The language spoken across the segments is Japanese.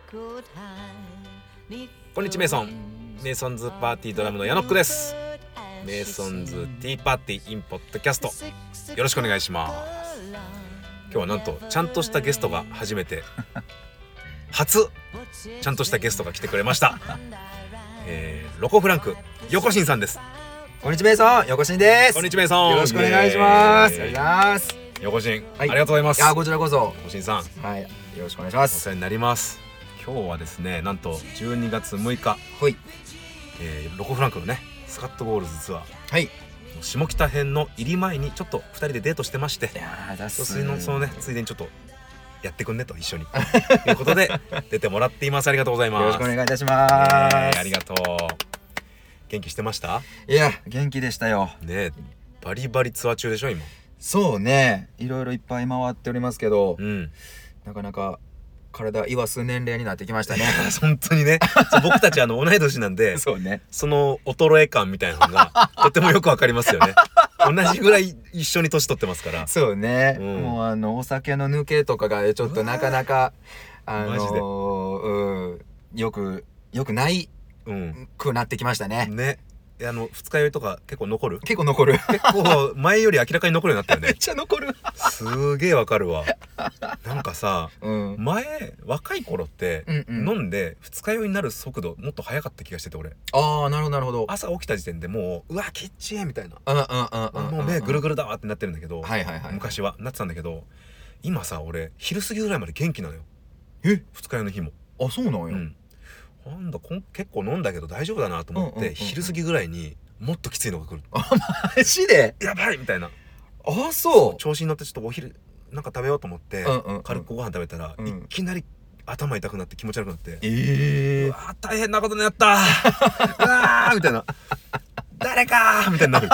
こんにちはメイソン。メイソンズパーティードラムのヤノックです。メイソンズティーパーティーインポッドキャスト、よろしくお願いします。今日はなんとちゃんとしたゲストが初めて初ちゃんとしたゲストが来てくれました。ロコフランク横新さんです。 こんにちはメイソン、横新です。 こんにちはメイソン、 よろしくお願いします。ありがとうございます。 横新、 はい、 ありがとうございます。 いやこちらこそ横新さん、 はい、よろしくお願いします。 お世話になります。今日はですね、なんと12月6日、 はい、 ロコフランクのねスカットボールズツアー、 はい、 下北編の入り前にちょっと2人でデートしてまして、 いやだそのねついでにちょっとやってくんねと一緒にということで出てもらっています。ありがとうございます。 よろしくお願いいたします。 ありがとう。元気してました？ いや元気でしたよね。バリバリツアー中でしょ今。 そうね、いろいろいっぱい回っておりますけど、なかなか体言わす年齢になってきましたね。 本当にね。僕たち同い年なんでそうね、 その衰え感みたいなのがとてもよくわかりますよね。同じぐらい一緒に年取ってますから。 そうね、もうお酒の抜けとかがちょっとなかなかマジでよくないくなってきましたね。 ね。二日酔いとか結構残る？ 結構残る。 結構前より明らかに残るようになったよね。 めっちゃ残る。 すげえわかるわ。なんかさ、前若い頃って、飲んで二日酔いになる速度もっと速かった気がしてて俺。 ああ、なるほどなるほど。 朝起きた時点でもううわきっちーみたいな。もう目ぐるぐるだわってなってるんだけど、昔はなってたんだけど、今さ俺昼過ぎぐらいまで元気なのよ。二日酔いの日も。 あ、そうなんや。 なんだ結構飲んだけど大丈夫だなと思って昼過ぎぐらいにもっときついのが来る。 あ、マジでやばいみたいな。 あ、そう。 調子に乗ってちょっとお昼なんか食べようと思って軽くご飯食べたらいきなり頭痛くなって気持ち悪くなって、うわ大変なことになった、うわみたいな、誰かみたいになる。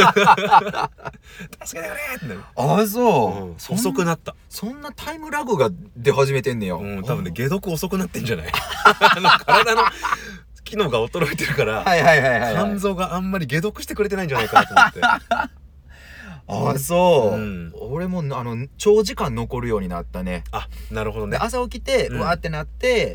助けてくれってなる。 あ、そう。 遅くなった。 そんなタイムラグが出始めてんねや。 多分ね解毒遅くなってんじゃない？体の機能が衰えてるから肝臓があんまり解毒してくれてないんじゃないかなと思って。 あ、そう。俺も長時間残るようになったね。 あ、なるほどね。 朝起きてうわーってなって、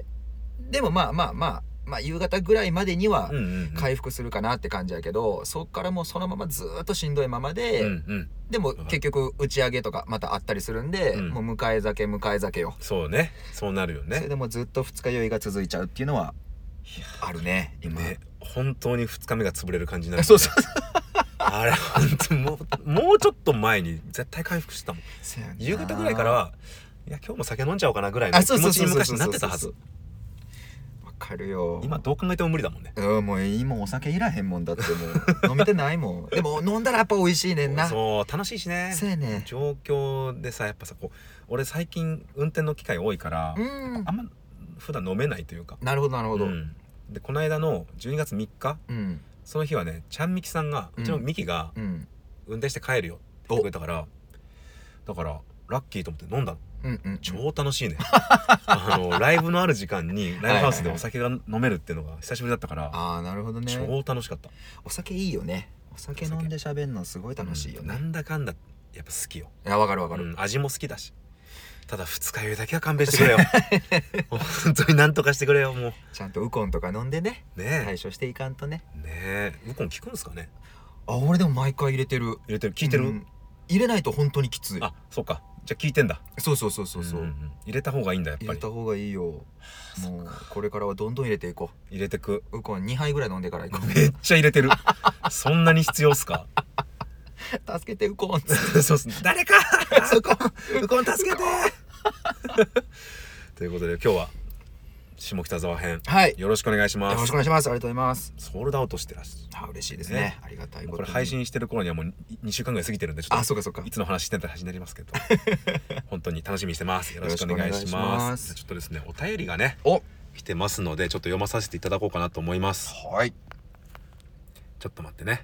でもまあ夕方ぐらいまでには回復するかなって感じやけど、そっからもうそのままずーっとしんどいままで、でも結局打ち上げとかまたあったりするんで、もう迎え酒よ。 そうね、そうなるよね。 それでもずっと二日酔いが続いちゃうっていうのはあるね今ね。 本当に2日目が潰れる感じになる、ね。 そうあれ本当もうちょっと前に絶対回復してたもん。夕方ぐらいからはいや今日も酒飲んじゃおうかなぐらいの気持ちに昔になってたはず。 わかるよ。 今どう考えても無理だもんね。 もう今お酒いらへんもんだってもう飲めてないもん。でも飲んだらやっぱ美味しいねんな。 そう楽しいしね。 そうやね。 状況でさやっぱさこう俺最近運転の機会多いからあんま普段飲めないというか。 なるほどなるほど。 でこの間の12月3日、その日はねちゃんみきさんがうちのミキが運転して帰るよって言ってくれたから、だからラッキーと思って飲んだの。超楽しいね。ライブのある時間にライブハウスでお酒が飲めるっていうのが久しぶりだったから、 あ、なるほどね。 超楽しかった。 お酒いいよね。お酒飲んで喋るのすごい楽しいよね。 なんだかんだやっぱ好きよ。 いやわかるわかる。 味も好きだし。ただ二日酔いだけは勘弁してくれよ。本当になんとかしてくれよ。もうちゃんとウコンとか飲んでね対処していかんとね。 ウコン効くんですかね。 あ、俺でも毎回入れてる。 効いてる？ 入れないと本当にきつい。 あ、そうか。じゃあ効いてんだ。 そう入れた方がいいんだ。やっぱり入れた方がいいよ。もうこれからはどんどん入れていこう。 入れてく。 ウコン2杯ぐらい飲んでからいこう。 めっちゃ入れてる。そんなに必要っすか？ 助けてウコン。 そうっす。誰かウコン助けて。ということで今日は下北沢編、よろしくお願いします。 よろしくお願いします。ありがとうございます。 ソールドアウトしてらっしゃる。 嬉しいですね。ありがたいことに。 これ配信してる頃にはもう2週間ぐらい過ぎてるんでちょっとそうかいつの話してた話になりますけど本当に楽しみにしてます。よろしくお願いします。ちょっとですねお便りがね来てますのでちょっと読まさせていただこうかなと思います。 はい、 ちょっと待ってね。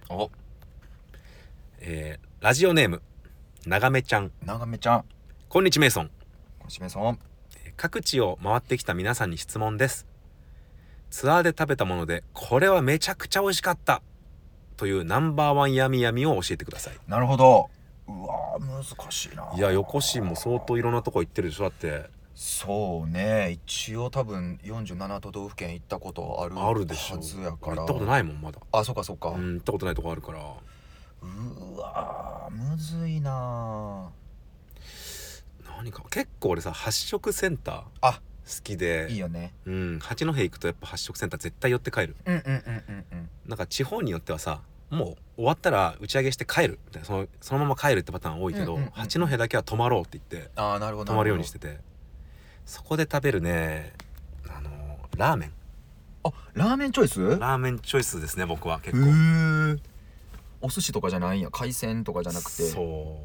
ラジオネームながめちゃん。こんにちメイソン。各地を回ってきた皆さんに質問です。ツアーで食べたものでこれはめちゃくちゃ美味しかったというナンバーワンヤミヤミを教えてください。 なるほど。うわ難しいな。 いや横新も相当いろんなとこ行ってるでしょ。だってそうね、一応多分47都道府県行ったことあるはずやから。 行ったことないもんまだ。 あ、そうかそうか、 行ったことないとこあるから。 うわむずいな。 何か結構俺さ発色センターあ好きで。 いいよね。 八戸行くとやっぱ発色センター絶対寄って帰る。なんか地方によってはさもう終わったら打ち上げして帰るみたいな、そのまま帰るってパターン多いけど、八戸だけは泊まろうって言って泊まるようにしてて、そこで食べるねラーメン。 あ、ラーメンチョイス？ ラーメンチョイスですね僕は結構。 お寿司とかじゃないんや、海鮮とかじゃなくて。 そう。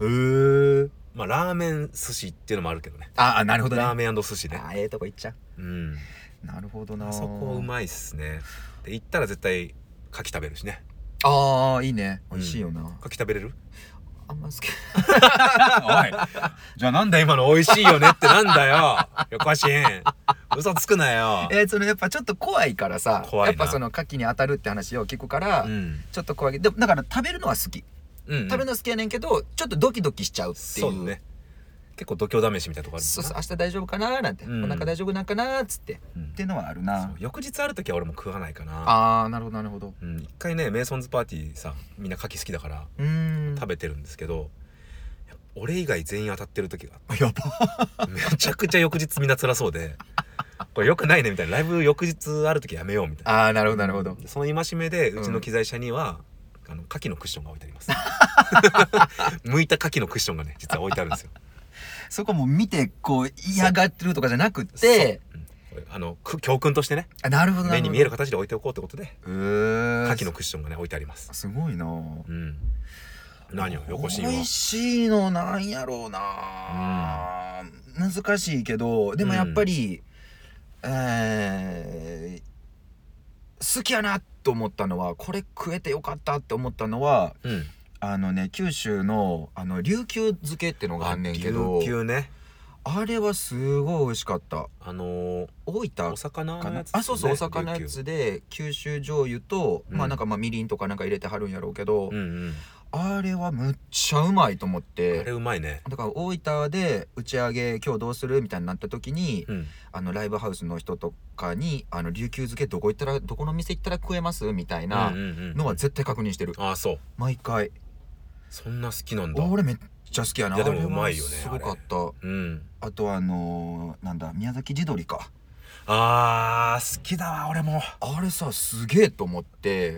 まあラーメン寿司っていうのもあるけどね。 あ、なるほどね。 ラーメン&寿司ね。 あ、とこ行っちゃう。なるほどな。 あそこうまいっすね。で行ったら絶対牡蠣食べるしね。 ああ、いいね、美味しいよな。 牡蠣食べれる？ あんま好き。 おい、じゃあなんだ今の美味しいよねってなんだよ。よこしん。嘘つくなよ。 そのやっぱちょっと怖いからさ、やっぱその牡蠣に当たるって話を聞くから、ちょっと怖い。でもだから食べるのは好き。食べるの好きやねんけど、ちょっとドキドキしちゃうっていう。 そうね。結構度胸試しみたいなとこある。 そうそう、明日大丈夫かなーなんて、お腹大丈夫なんかなーっつって、っていうのはあるな。 翌日ある時は俺も食わないかな。 ああ、なるほどなるほど。 一回ねメイソンズパーティーさみんな牡蠣好きだから食べてるんですけど、俺以外全員当たってる時がやばめちゃくちゃ翌日みんな辛そうでこれよくないねみたいな、ライブ翌日ある時やめようみたいな。 ああ、なるほどなるほど。 その戒めでうちの機材車には牡蠣のクッションが置いてあります剥いた牡蠣のクッションがね実は置いてあるんですよ。 そこも見てこう嫌がってるとかじゃなくて、 教訓としてね、 なるほど目に見える形で置いておこうってことで牡蠣のクッションがね置いてあります。 すごいな。 何を横心は美味しいのなんやろうな、難しいけど、でもやっぱり、好きやなと思ったのは、これ食えてよかったって思ったのは、九州の琉球漬けってのがあんねんけど、 琉球ね、 あれはすごい美味しかった。大分お魚かな、 のやつですね。 あ、そうそう、お魚のやつで九州醤油と、まあなんかみりんとかなんか入れてはるんやろうけど、あれはむっちゃうまいと思って。 あれうまいね。 だから大分で打ち上げ今日どうするみたいになった時に、ライブハウスの人とかに琉球漬けどこの店行ったら食えますみたいなのは絶対確認してる。 あ、そう。 毎回。 そんな好きなんだ。 俺めっちゃ好きやな。 いやでもうまいよね。 すごかった。あとなんだ、宮崎地鶏か。 好きだわ俺も。 あれさすげえと思って、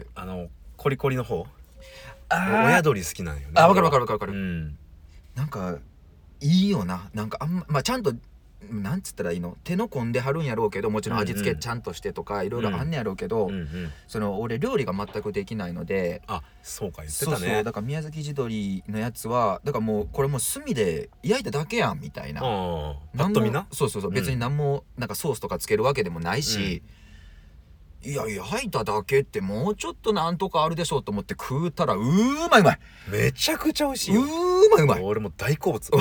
コリコリの方。親鳥好きなんよね。 わかる。なんかいいよな。なんかまあちゃんとなんつったらいいの、手の込んではるんやろうけど、もちろん味付けちゃんとしてとかいろいろあんねやろうけど、その俺料理が全くできないので。 あ、そうか、言ってたね。 そうだから宮崎地鶏のやつはだからもうこれもう炭で焼いただけやんみたいな。 パッと見な。 そう別に何もなんかソースとかつけるわけでもないし、いや焼いただけってもうちょっとなんとかあるでしょうと思って食うたらまいめちゃくちゃ美味しいよ。 うまい俺も大好物。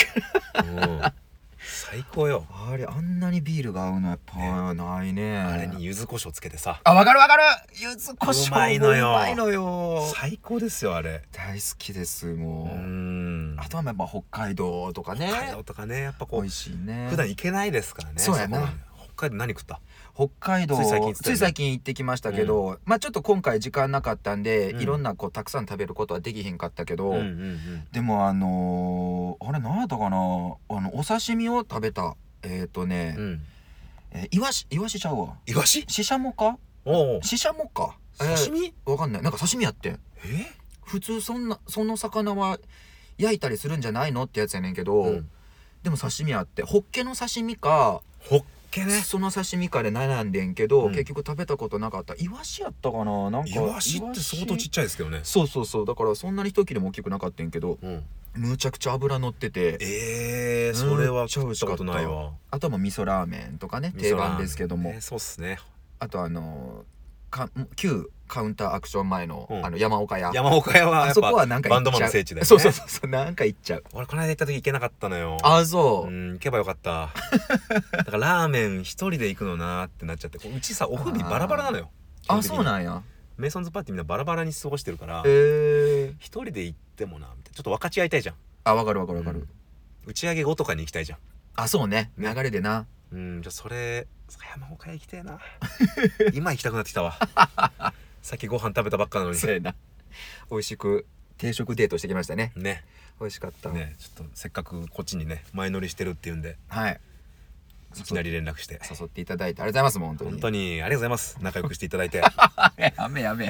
最高よ。 あれ、あんなにビールが合うのやっぱないね。 あれに柚子胡椒つけてさ。 わかる柚子胡椒うまいのよ。 最高ですよあれ。 大好きですもう。あとはやっぱ北海道とかね。 北海道とかね、やっぱこう美味しいね。 普段行けないですからね。 そうやな。 北海道何食った？ 北海道つい最近行ってきましたけど、まあちょっと今回時間なかったんで、いろんなたくさん食べることはできへんかったけど、でもあれ何やったかな、お刺身を食べたイワシちゃうわ。 イワシ？ シシャモか？シシャモか。 刺身？ わかんない。なんか刺身やってん。普通その魚は焼いたりするんじゃないのってやつやねんけど、でも刺身あって、ホッケの刺身か。その刺身かで悩んでんけど、結局食べたことなかった。イワシやったかな。なんかイワシって相当ちっちゃいですけどね。 そうだからそんなに一切れも大きくなかったんけど、むちゃくちゃ脂乗ってて、 それは食ったことないわ。 あとは味噌ラーメンとかね、定番ですけども、 そうっすね。 あと旧カウンターアクション前の山岡屋はやっぱバンドマンの聖地だよね。 そうなんか行っちゃう。 俺この間行った時行けなかったのよ。 そう。 行けばよかった。だからラーメン一人で行くのなーってなっちゃって、うちさお風呂バラバラなのよ。 そうなんや。 メイソンズパーティーみんなバラバラに過ごしてるから、一人で行ってもなみたいな、ちょっと分かち合いたいじゃん。 わかる。 打ち上げ後とかに行きたいじゃん。 あ、そうね、流れでな。 じゃあそれ山岡屋行きてえな今行きたくなってきたわさっきご飯食べたばっかなのに。 そうやな、美味しく定食デートしてきましたね。 ね、 美味しかったね。ちょっとせっかくこっちにね前乗りしてるっていうんで、 はい、 いきなり連絡して誘っていただいてありがとうございます。もう本当に本当にありがとうございます。仲良くしていただいてやめやめ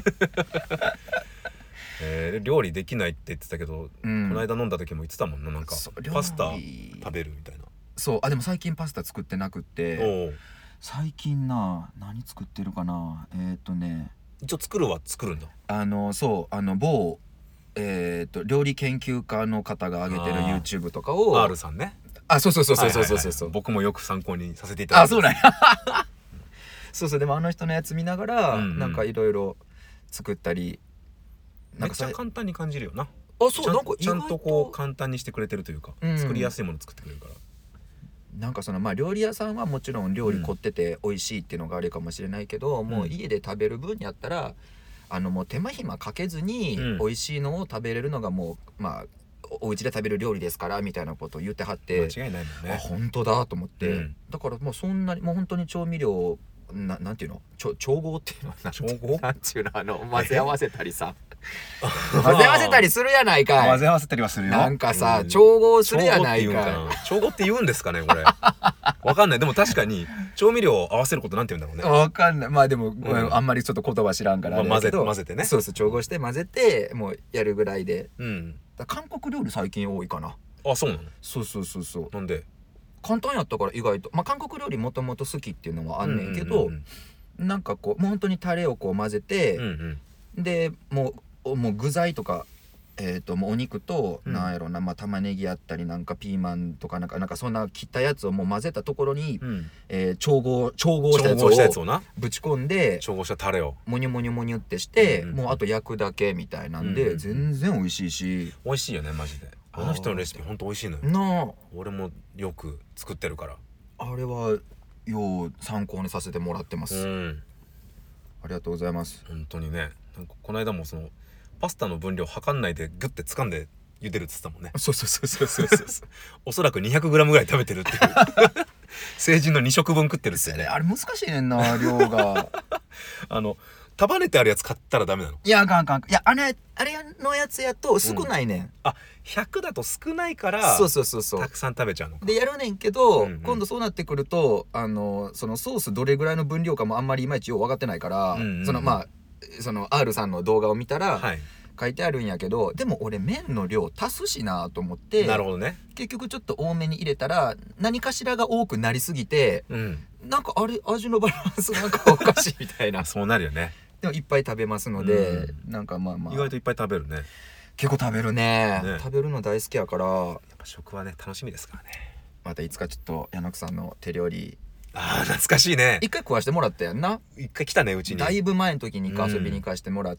料理できないって言ってたけど、 うん、 この間飲んだ時も言ってたもんな、なんかパスタ食べるみたいな。 そう、あ、でも最近パスタ作ってなくって最近な、何作ってるかな。 一応作るんだ。 そう某料理研究家の方が上げてる YouTube とかを R さんね。 あ、そう僕もよく参考にさせていただいて。 あ、そうなんやそうそう、でもあの人のやつ見ながら、なんかいろいろ作ったり、 めっちゃ簡単に感じるよな。 あ、そう、なんかちゃんとこう簡単にしてくれてるというか、作りやすいもの作ってくれるから。 なんかまあ料理屋さんはもちろん料理凝ってて美味しいっていうのがあるかもしれないけど、もう家で食べる分やったらもう手間暇かけずに美味しいのを食べれるのがもうまあお家で食べる料理ですからみたいなことを言ってはって、 間違いないもんね。 あ、本当だと思って、だからもうそんなにもう本当に調味料なんていうの、調合っていうのは調合なんていうの、混ぜ合わせたりさ混ぜ合わせたりするやないかい。 混ぜ合わせたりはするよ。 なんかさ、調合するやないかい。 調合って言うんですかね、これわかんない。でも確かに調味料を合わせることなんて言うんだろうね。 わかんない。まあでも、あんまりちょっと言葉知らんからあれだけど、 混ぜてね。 そうそう、調合して混ぜてもうやるぐらいで、韓国料理最近多いかな。 あ、そうなの。 そうなんで簡単やったから意外と、まあ韓国料理もともと好きっていうのはあんねんけど、なんかこうもう本当にタレをこう混ぜて、でもう具材とかもうお肉と、なんやろな、まあ玉ねぎやったりなんかピーマンとかなんかそんな切ったやつをもう混ぜたところに、調合したやつをぶち込んで、 調合したタレをモニュモニュモニュってして、もうあと焼くだけみたいなんで、全然美味しいし。 美味しいよね、マジで。あの人のレシピほんと美味しいのよな。 俺もよく作ってるから、 あれはよう参考にさせてもらってます。ありがとうございます。 本当にね。なんかこの間もそのパスタの分量測んないでグッて掴んで茹でるって言ってたもんね。 そうおそらく 200g ぐらい食べてるっていう成人の2食分食ってるってね。 あれ難しいねんな、量が束ねてあるやつ買ったらダメなの？ いや、あかん。いや、あれのやつやと少ないねん。 あ、100だと少ないからそうたくさん食べちゃうのか。 でやるねんけど、今度そうなってくるとそのソースどれぐらいの分量かもあんまりいまいちよう分かってないから、まあその R さんの動画を見たら書いてあるんやけど、でも俺麺の量足すしなと思って、 なるほどね。 結局ちょっと多めに入れたら何かしらが多くなりすぎて、なんかあれ味のバランスなんかおかしいみたいなそうなるよね。 でもいっぱい食べますので、なんかまあ意外といっぱい食べるね。 結構食べるね。食べるの大好きやから、やっぱ食はね楽しみですからね。 またいつかちょっと矢野さんの手料理、 懐かしいね。 一回食わしてもらったやんな。 一回来たね、うちに。 だいぶ前の時に遊びに行かしてもらって、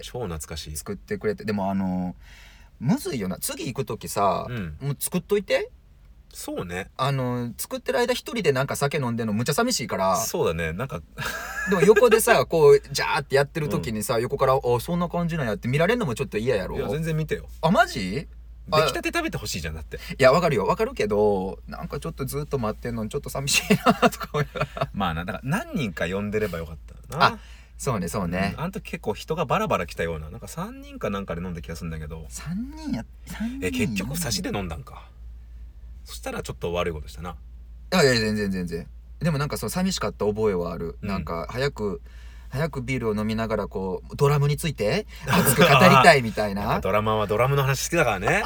超懐かしい。 作ってくれて。でもむずいよな、次行く時さ、もう作っといて。 そうね。 作ってる間一人でなんか酒飲んでんのむっちゃ寂しいから。そうだね。なんかでも横でさこうジャーってやってる時にさ、横から「あ、そんな感じなんや」って見られるのもちょっと嫌やろ。 いや全然見てよ。 あ、マジ？ 出来たて食べてほしいじゃん。だって。 いや、わかるけど、なんかちょっとずっと待ってんのにちょっと寂しいなとか思いながらまあな、だから何人か呼んでればよかったな。 あ、そうね、 あの時結構人がバラバラ来たような、なんか3人かなんかで飲んだ気がするんだけど。 3人結局差しで飲んだんか。そしたらちょっと悪いことしたな。 いや全然。でもなんか寂しかった覚えはある。なんか早くビールを飲みながらこうドラムについて熱く語りたいみたいなドラマはドラムの話好きだからね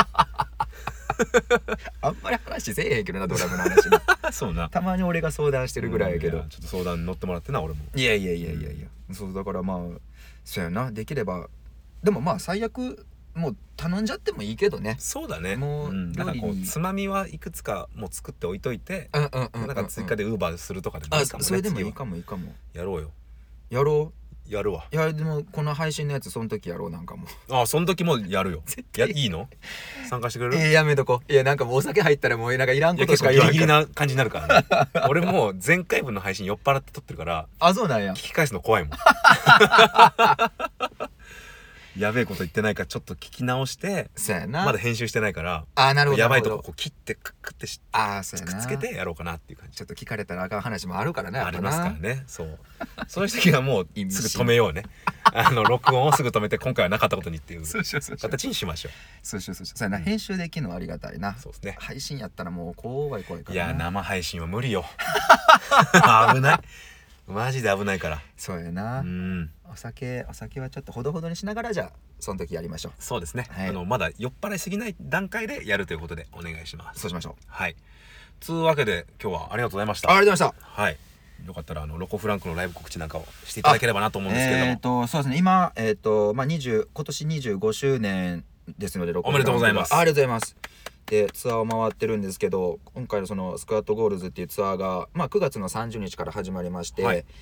あんまり話せえへんけどな、ドラムの話なそうな、 たまに俺が相談してるぐらいやけど、 ちょっと相談に乗ってもらってな、俺も。いやそうだからまあそうやな、できれば。でもまあ最悪もう頼んじゃってもいいけどね。 そうだね。 もうなんかこうつまみはいくつかもう作っておいといて、なんか追加でウーバーするとかでもいいかもね。 それでもいいかも。 やろうよ。やるわ。 いやでもこの配信のやつその時やろう。なんかもうその時もやるよ。いいの？参加してくれる？ やめとこ。いやなんかもうお酒入ったらもうなんかいらんことしか言わんから。 ギリギリな感じになるからね俺もう前回分の配信酔っ払って撮ってるから。 あ、そうなんや。 聞き返すの怖いもんやべえこと言ってないかちょっと聞き直してそうやな。 まだ編集してないからなるほど。 やばいとここう切ってクックってそうやな。 くっつけてやろうかなっていう感じ。 ちょっと聞かれたらあかん話もあるからね。 ありますからね。そういう時はもうすぐ止めようね。録音をすぐ止めて今回はなかったことにっていう形にしましょう。 そうやな。編集できるのありがたいな。 そうですね。 配信やったらもう怖いからな。 いや生配信は無理よ。危ない。マジで危ないから。 そうやな。お酒はちょっとほどほどにしながらじゃあその時やりましょう。 そうですね。まだ酔っ払いすぎない段階でやるということでお願いします。 そうしましょう。 はい。つうわけで今日はありがとうございました。 ありがとうございました。 はい。よかったらロコフランクのライブ告知なんかをしていただければなと思うんですけども。 そうですね。今今年25周年ですので、 おめでとうございます。 ありがとうございます。でツアーを回ってるんですけど、今回のそのスクワットゴールズっていうツアーが9月の30日から始まりまして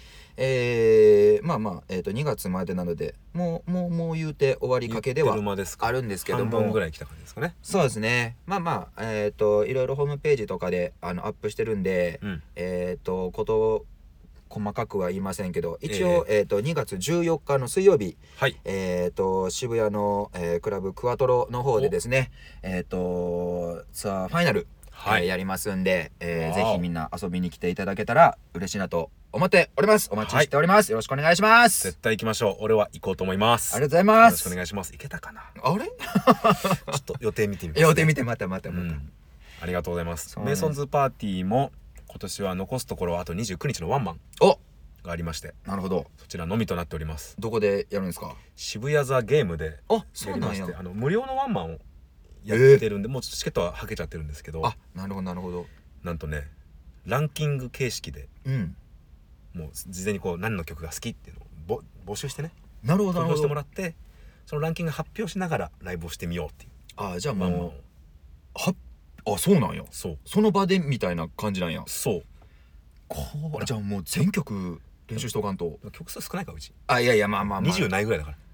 、2月までなのでもう言うて終わりかけではあるんですけども、 半分ぐらい来た感じですかね。 そうですね。いろいろホームページとかでアップしてるんで、細かくは言いませんけど、一応、2月14日の水曜日、 はい、 渋谷の、クラブクワトロの方でですね、ツアーファイナル、やりますんで、ぜひみんな遊びに来ていただけたら嬉しいなと思っております。お待ちしております。よろしくお願いします。 絶対行きましょう。俺は行こうと思います。 ありがとうございます。 よろしくお願いします。行けたかな。 あれちょっと予定見てみます、ね、 予定見てまた、 ありがとうございます。メイソンズパーティーも今年は残すところあと29日のワンマンがありまして、 なるほど、 そちらのみとなっております。 どこでやるんですか？ 渋谷ザゲームでやりまして、無料のワンマンをやってるんで、もうチケットははけちゃってるんですけど、 なるほど。 なんとねランキング形式で、もう事前にこう何の曲が好きっていうのを募集してね、 投票してもらって、そのランキング発表しながらライブをしてみようっていう。 じゃあもうそうなんや。その場でみたいな感じなんや。 そうじゃあもう全曲練習しとかんと。 曲数少ないかうち。 いやまあ 20ないぐらいだから。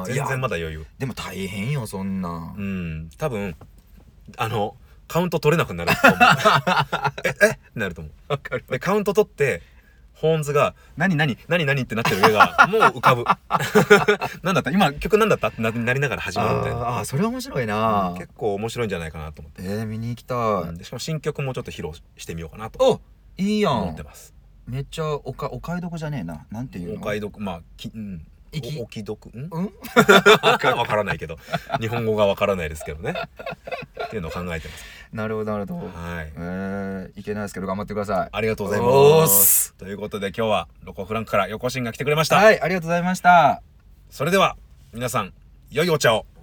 全然まだ余裕。 でも大変よそんな。 多分カウント取れなくなると思う。ってなると思う。 わかる。 でカウント取ってホーンズが何ってなってる上がもう浮かぶ。なんだった今曲なんだったってなりながら始まるみたいな。 それ面白いな。 結構面白いんじゃないかなと思って。 見に行きたい。しかも新曲もちょっと披露してみようかなといいやん思ってます。 めっちゃお買い得じゃねえな。なんていうの？ お買い得、おきどくわからないけど、日本語がわからないですけどねっていうのを考えてます。 なるほど。 はい。 いけないですけど頑張ってください。 ありがとうございます。ということで今日はロコフランクから横新が来てくれました。 はい、ありがとうございました。 それでは皆さん良いお茶を。